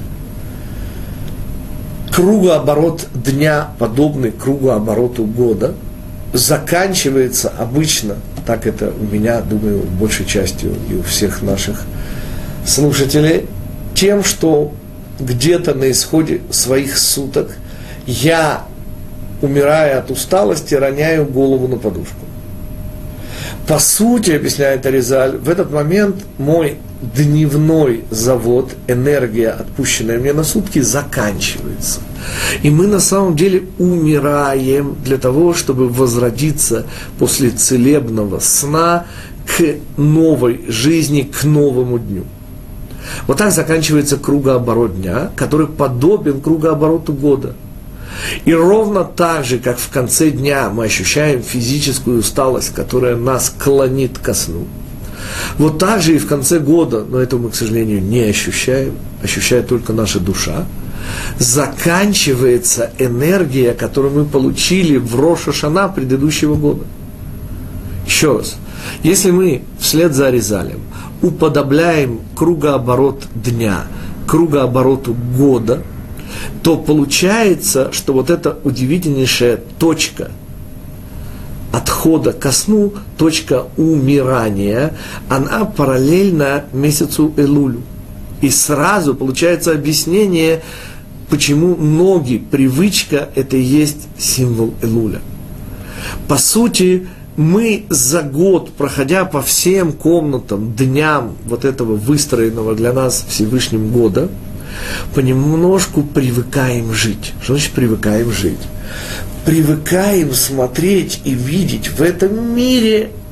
[SPEAKER 1] Кругооборот дня, подобный кругообороту года, заканчивается обычно, так это у меня, думаю, большей частью и у всех наших слушателей, тем, что где-то на исходе своих суток я, умирая от усталости, роняю голову на подушку. По сути, объясняет Аризаль, в этот момент мой дневной завод, энергия, отпущенная мне на сутки, заканчивается. И мы на самом деле умираем для того, чтобы возродиться после целебного сна к новой жизни, к новому дню. Вот так заканчивается кругооборот дня, который подобен кругообороту года. И ровно так же, как в конце дня мы ощущаем физическую усталость, которая нас клонит ко сну, вот так же и в конце года, но этого мы, к сожалению, не ощущаем, ощущает только наша душа, заканчивается энергия, которую мы получили в Рош ха-Шана предыдущего года. Еще раз, если мы вслед за Аризалем уподобляем кругооборот дня кругообороту года, то получается, что вот эта удивительнейшая точка отхода ко сну, точка умирания, она параллельна месяцу Элулю. И сразу получается объяснение, почему ноги, привычка, это и есть символ Элуля. По сути, мы за год, проходя по всем комнатам, дням вот этого выстроенного для нас Всевышним года, понемножку привыкаем жить. Что значит привыкаем жить? Привыкаем смотреть и видеть в этом мире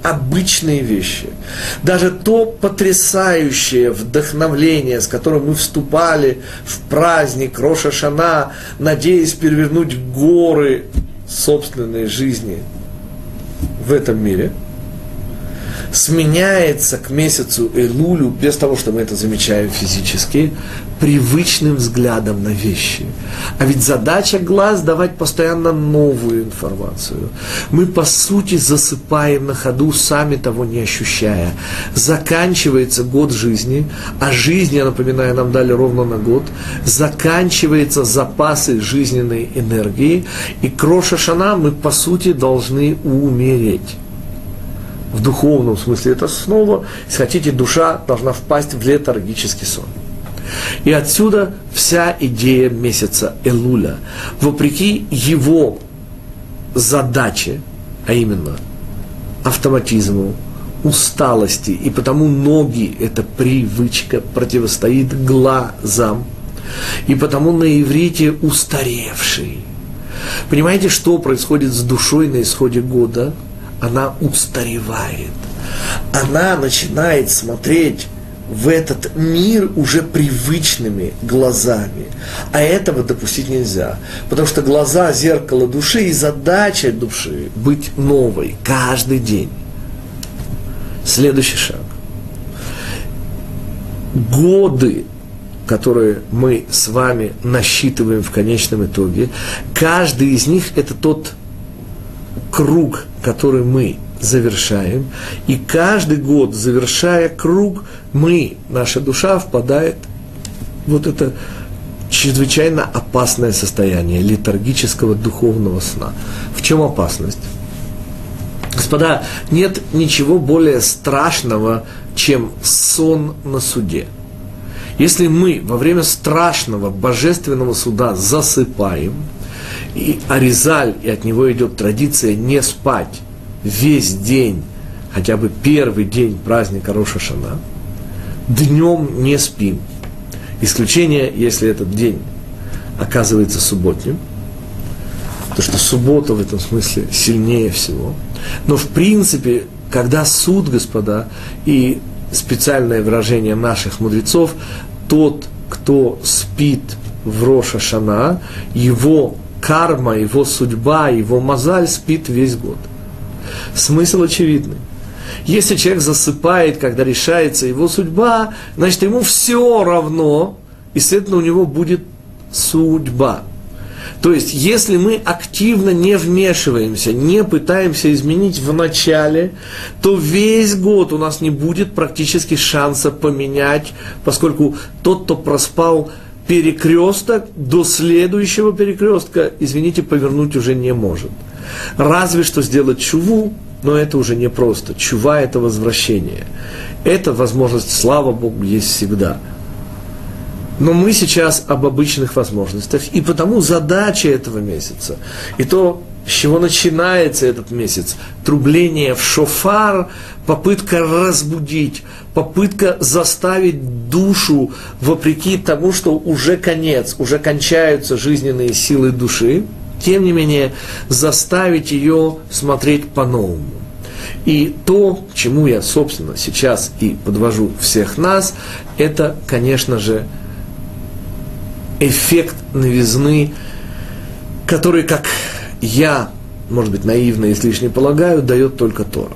[SPEAKER 1] обычные вещи, даже то потрясающее вдохновление, с которым мы вступали в праздник Рош ха-Шана, надеясь перевернуть горы собственной жизни в этом мире, сменяется к месяцу Элулю, без того, что мы это замечаем физически, привычным взглядом на вещи. А ведь задача глаз давать постоянно новую информацию. Мы, по сути, засыпаем на ходу, сами того не ощущая. Заканчивается год жизни, а жизнь, я напоминаю, нам дали ровно на год, заканчиваются запасы жизненной энергии, и к Рош ха-Шана мы, по сути, должны умереть. В духовном смысле это снова, если хотите, душа должна впасть в летаргический сон. И отсюда вся идея месяца Элуля. Вопреки его задаче, а именно автоматизму, усталости, и потому ноги, эта привычка, противостоит глазам, и потому на иврите устаревший. Понимаете, что происходит с душой на исходе года? Она устаревает. Она начинает смотреть в этот мир уже привычными глазами. А этого допустить нельзя. Потому что глаза – зеркало души, и задача души – быть новой каждый день. Следующий шаг. Годы, которые мы с вами насчитываем в конечном итоге, каждый из них – это тот круг, который мы завершаем, и каждый год, завершая круг, наша душа впадает в вот это чрезвычайно опасное состояние летаргического духовного сна. В чем опасность? Господа, нет ничего более страшного, чем сон на суде. Если мы во время страшного божественного суда засыпаем, и Аризаль, и от него идет традиция не спать весь день, хотя бы первый день праздника Рош ха-Шана, днем не спим. Исключение, если этот день оказывается субботним, потому что суббота в этом смысле сильнее всего. Но в принципе, когда суд, господа, и специальное выражение наших мудрецов, тот, кто спит в Рош ха-Шана, его карма, его судьба, его мазаль спит весь год. Смысл очевидный. Если человек засыпает, когда решается его судьба, значит, ему все равно, и, следовательно, у него будет судьба. То есть, если мы активно не вмешиваемся, не пытаемся изменить в начале, то весь год у нас не будет практически шанса поменять, поскольку тот, кто проспал перекресток, до следующего перекрестка, извините, повернуть уже не может. Разве что сделать чуву, но это уже непросто. Чува – это возвращение. Эта возможность, слава Богу, есть всегда. Но мы сейчас об обычных возможностях, и потому задача этого месяца, и то, с чего начинается этот месяц, трубление в шофар, попытка разбудить, попытка заставить душу, вопреки тому, что уже конец, уже кончаются жизненные силы души, тем не менее, заставить ее смотреть по-новому. И то, к чему я, собственно, сейчас и подвожу всех нас, это, конечно же, эффект новизны, который, как я, может быть, наивно и излишне полагаю, дает только Тора.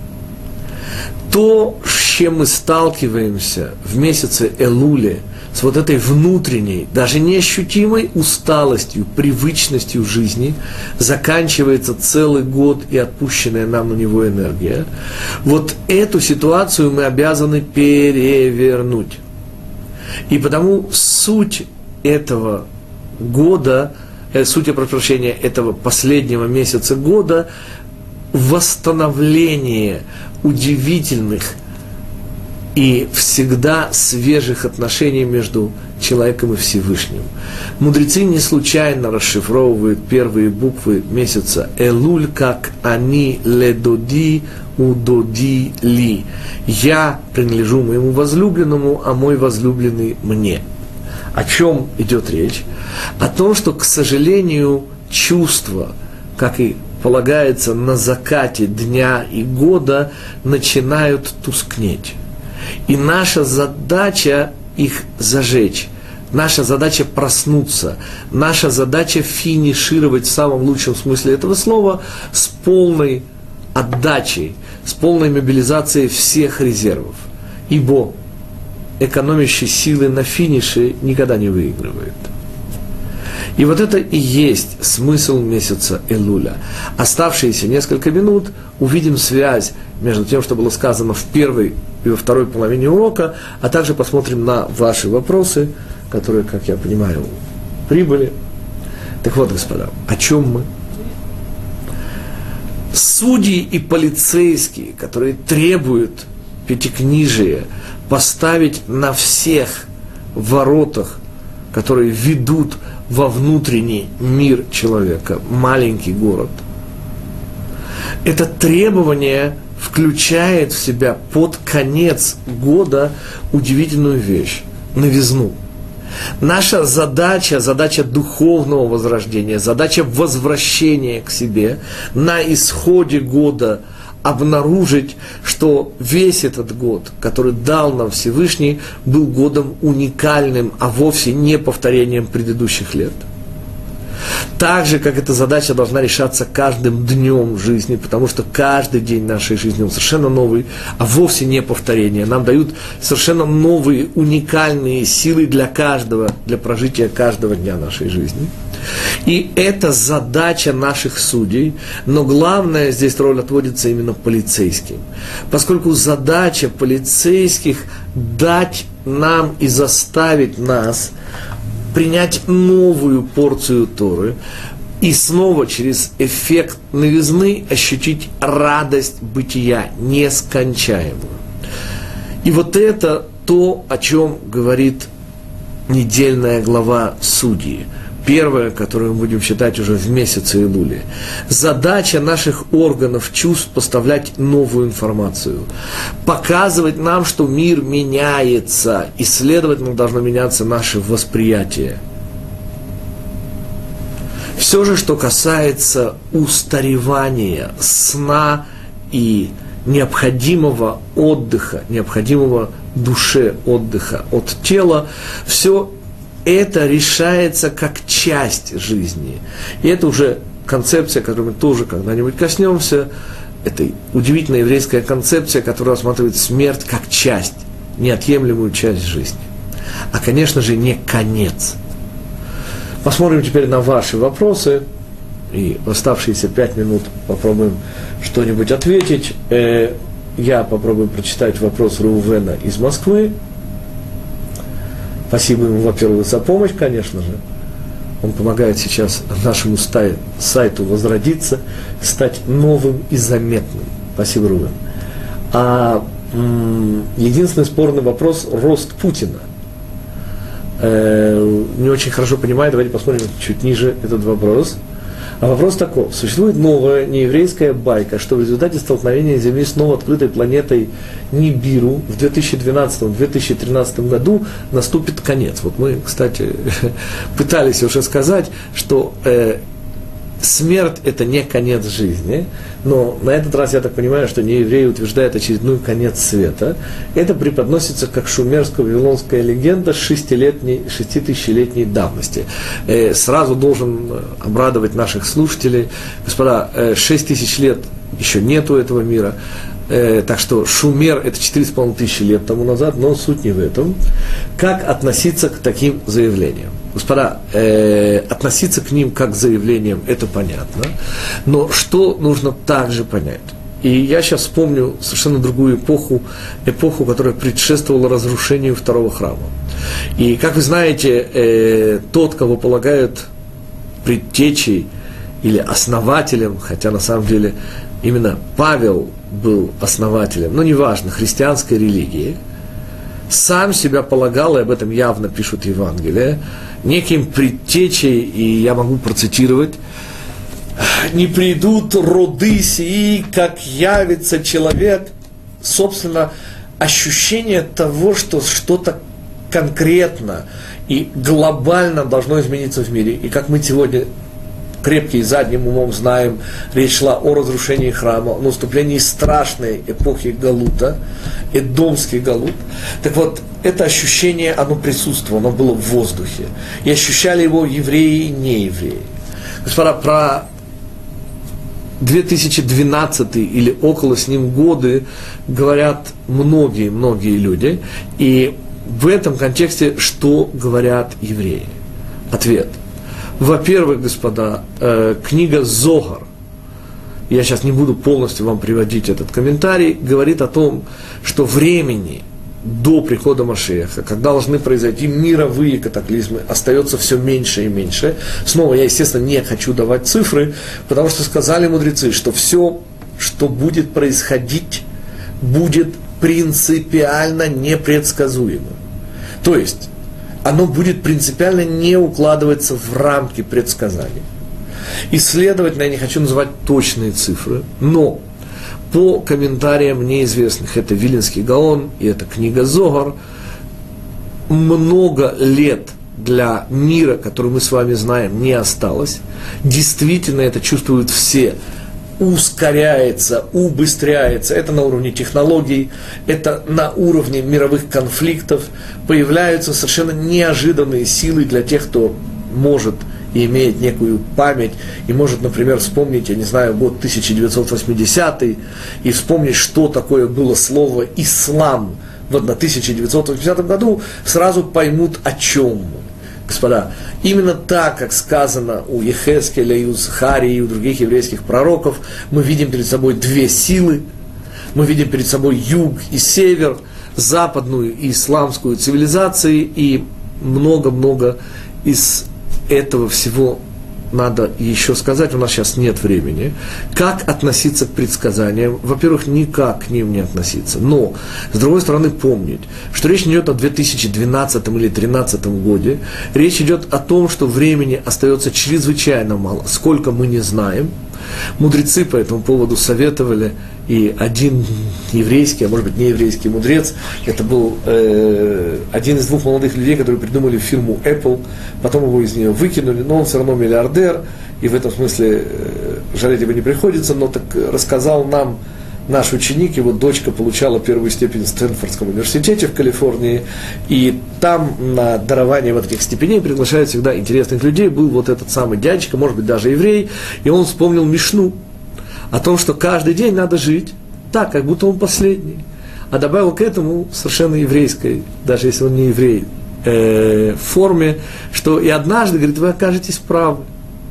[SPEAKER 1] То, с чем мы сталкиваемся в месяце Элуле, с вот этой внутренней, даже неощутимой усталостью, привычностью жизни, заканчивается целый год и отпущенная нам на него энергия, вот эту ситуацию мы обязаны перевернуть. И потому суть этого года, суть, я прошу прощения, этого последнего месяца года – восстановление удивительных и всегда свежих отношений между человеком и Всевышним. Мудрецы не случайно расшифровывают первые буквы месяца Элуль как «Ани ледоди удоди ли». «Я принадлежу моему возлюбленному, а мой возлюбленный мне». О чем идет речь? О том, что, к сожалению, чувства, как и полагается на закате дня и года, начинают тускнеть. И наша задача их зажечь. Наша задача проснуться, наша задача финишировать в самом лучшем смысле этого слова с полной отдачей, с полной мобилизацией всех резервов. Ибо экономящий силы на финише никогда не выигрывает. И вот это и есть смысл месяца Элуля. Оставшиеся несколько минут увидим связь между тем, что было сказано в первой и во второй половине урока, а также посмотрим на ваши вопросы, которые, как я понимаю, прибыли. Так вот, господа, о чем мы? Судьи и полицейские, которые требуют пятикнижия поставить на всех воротах, которые ведут во внутренний мир человека, маленький город. Это требование включает в себя под конец года удивительную вещь – новизну. Наша задача, задача духовного возрождения, задача возвращения к себе на исходе года обнаружить, что весь этот год, который дал нам Всевышний, был годом уникальным, а вовсе не повторением предыдущих лет. Так же, как эта задача должна решаться каждым днем жизни, потому что каждый день нашей жизни он совершенно новый, а вовсе не повторение. Нам дают совершенно новые, уникальные силы для каждого, для прожития каждого дня нашей жизни. И это задача наших судей, но главная здесь роль отводится именно полицейским, поскольку задача полицейских дать нам и заставить нас принять новую порцию Торы и снова через эффект новизны ощутить радость бытия нескончаемую. И вот это то, о чем говорит недельная глава Судьи. Первая, которую мы будем считать уже в месяце Илуле. Задача наших органов чувств поставлять новую информацию, показывать нам, что мир меняется, и, следовательно, должно меняться наше восприятие. Все же, что касается устаревания, сна и необходимого отдыха, необходимого душе отдыха от тела, все это решается как часть жизни. И это уже концепция, которую мы тоже когда-нибудь коснемся. Это удивительная еврейская концепция, которая рассматривает смерть как часть, неотъемлемую часть жизни. А, конечно же, не конец. Посмотрим теперь на ваши вопросы. И в оставшиеся 5 минут попробуем что-нибудь ответить. Я попробую прочитать вопрос Реувена из Москвы. Спасибо ему, во-первых, за помощь, конечно же. Он помогает сейчас нашему сайту возродиться, стать новым и заметным. Спасибо, Рубен. А единственный спорный вопрос – рост Путина. Не очень хорошо понимаю, давайте посмотрим чуть ниже этот вопрос. А вопрос такой. Существует новая нееврейская байка, что в результате столкновения Земли с новой открытой планетой Нибиру в 2012-2013 году наступит конец. Вот мы, кстати, пытались уже сказать, что смерть – это не конец жизни, но на этот раз, я так понимаю, что неевреи утверждают очередной конец света. Это преподносится как шумерско-вавилонская легенда 6000-летней давности. Сразу должен обрадовать наших слушателей. Господа, 6000 лет еще нету этого мира. Так что Шумер – это 4500 лет тому назад, но суть не в этом. Как относиться к таким заявлениям? Господа, относиться к ним как к заявлениям – это понятно, но что нужно также понять? И я сейчас вспомню совершенно другую эпоху, которая предшествовала разрушению второго храма. И, как вы знаете, тот, кого полагают предтечей или основателем, хотя на самом деле именно Павел был основателем, но неважно, христианской религии, сам себя полагал, и об этом явно пишут Евангелия, неким предтечей, и я могу процитировать: «Не придут роды сии, как явится человек». Собственно, ощущение того, что что-то конкретно и глобально должно измениться в мире. И как мы сегодня крепкие задним умом знаем, речь шла о разрушении храма, о наступлении страшной эпохи Галута, Эдомский Галут. Так вот, это ощущение, оно присутствовало, оно было в воздухе. И ощущали его евреи и неевреи. Господа, про 2012 или около с ним годы говорят многие люди. И в этом контексте что говорят евреи? Ответ. Во-первых, господа, книга Зогар, я сейчас не буду полностью вам приводить этот комментарий, говорит о том, что времени до прихода Машиаха, когда должны произойти мировые катаклизмы, остается все меньше и меньше. Снова я, естественно, не хочу давать цифры, потому что сказали мудрецы, что все, что будет происходить, будет принципиально непредсказуемо. То есть, оно будет принципиально не укладываться в рамки предсказаний. И, следовательно, я не хочу называть точные цифры, но по комментариям мне известных, это Вилинский Гаон и это книга Зогар, много лет для мира, который мы с вами знаем, не осталось. Действительно, это чувствуют все. Ускоряется, убыстряется. Это на уровне технологий, это на уровне мировых конфликтов. Появляются совершенно неожиданные силы для тех, кто может и имеет некую память, и может, например, вспомнить, я не знаю, год 1980 и вспомнить, что такое было слово «ислам» в 1980 году, сразу поймут, о чем мы. Господа, именно так, как сказано у Ехескеля, и у Захарии, и у других еврейских пророков, мы видим перед собой две силы, мы видим перед собой юг и север, западную и исламскую цивилизации, и много-много из этого всего надо еще сказать, у нас сейчас нет времени. Как относиться к предсказаниям? Во-первых, никак к ним не относиться. Но, с другой стороны, помнить, что речь не идет о 2012 или 2013 году. Речь идет о том, что времени остается чрезвычайно мало. Сколько мы не знаем. Мудрецы по этому поводу советовали, и один еврейский, а может быть не еврейский мудрец, это был один из двух молодых людей, которые придумали фирму Apple, потом его из нее выкинули, но он все равно миллиардер, и в этом смысле жалеть его не приходится, но так рассказал нам наш ученик, его дочка получала первую степень в Стэнфордском университете в Калифорнии, и там на дарование вот этих степеней приглашают всегда интересных людей. Был вот этот самый дядечка, может быть, даже еврей, и он вспомнил Мишну о том, что каждый день надо жить так, как будто он последний. А добавил к этому совершенно еврейской, даже если он не еврей, форме, что и однажды, говорит, вы окажетесь правы.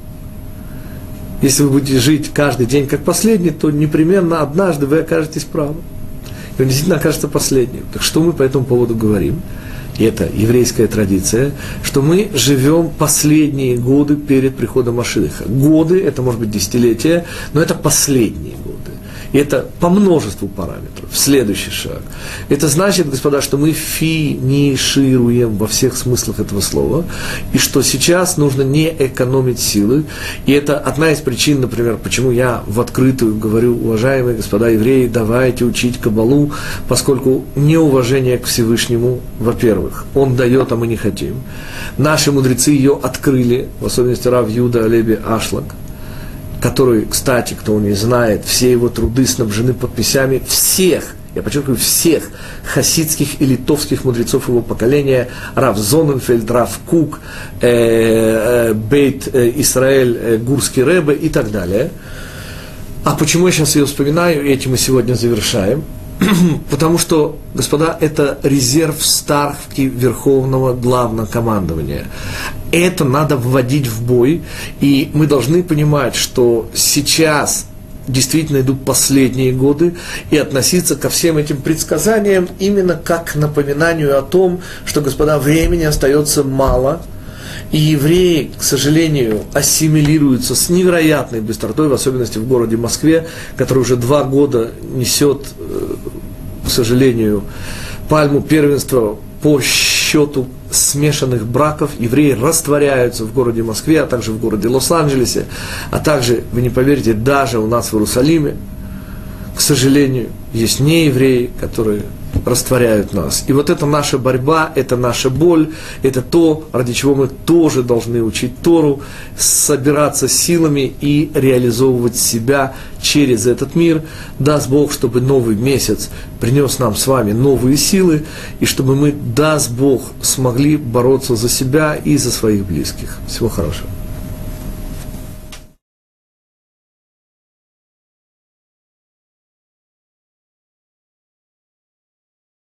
[SPEAKER 1] Если вы будете жить каждый день как последний, то непременно однажды вы окажетесь правы. И он действительно окажется последним. Так что мы по этому поводу говорим? И это еврейская традиция, что мы живем последние годы перед приходом Машиаха. Годы, это может быть десятилетия, но это последние годы. И это по множеству параметров. Следующий шаг. Это значит, господа, что мы финишируем во всех смыслах этого слова, и что сейчас нужно не экономить силы. И это одна из причин, например, почему я в открытую говорю, уважаемые господа евреи, давайте учить Кабалу, поскольку неуважение к Всевышнему, во-первых, он дает, а мы не хотим. Наши мудрецы ее открыли, в особенности Рав Юда Алеби Ашлак, который, кстати, кто не знает, все его труды снабжены подписями всех, я подчеркиваю, всех хасидских и литовских мудрецов его поколения, Рав Зоненфельд, Рав Кук, Бейт Исраэль, Гурский Ребе и так далее. А почему я сейчас ее вспоминаю, и этим мы сегодня завершаем? Потому что, господа, это резерв ставки Верховного Главнокомандования. Это надо вводить в бой, и мы должны понимать, что сейчас действительно идут последние годы, и относиться ко всем этим предсказаниям именно как к напоминанию о том, что, господа, времени остается мало, и евреи, к сожалению, ассимилируются с невероятной быстротой, в особенности в городе Москве, который уже 2 года несет, к сожалению, пальму первенства по счету смешанных браков. Евреи растворяются в городе Москве, а также в городе Лос-Анджелесе, а также, вы не поверите, даже у нас в Иерусалиме, к сожалению, есть неевреи, которые растворяют нас. И вот это наша борьба, это наша боль, это то, ради чего мы тоже должны учить Тору, собираться силами и реализовывать себя через этот мир. Даст Бог, чтобы новый месяц принес нам с вами новые силы, и чтобы мы, даст Бог, смогли бороться за себя и за своих близких. Всего хорошего.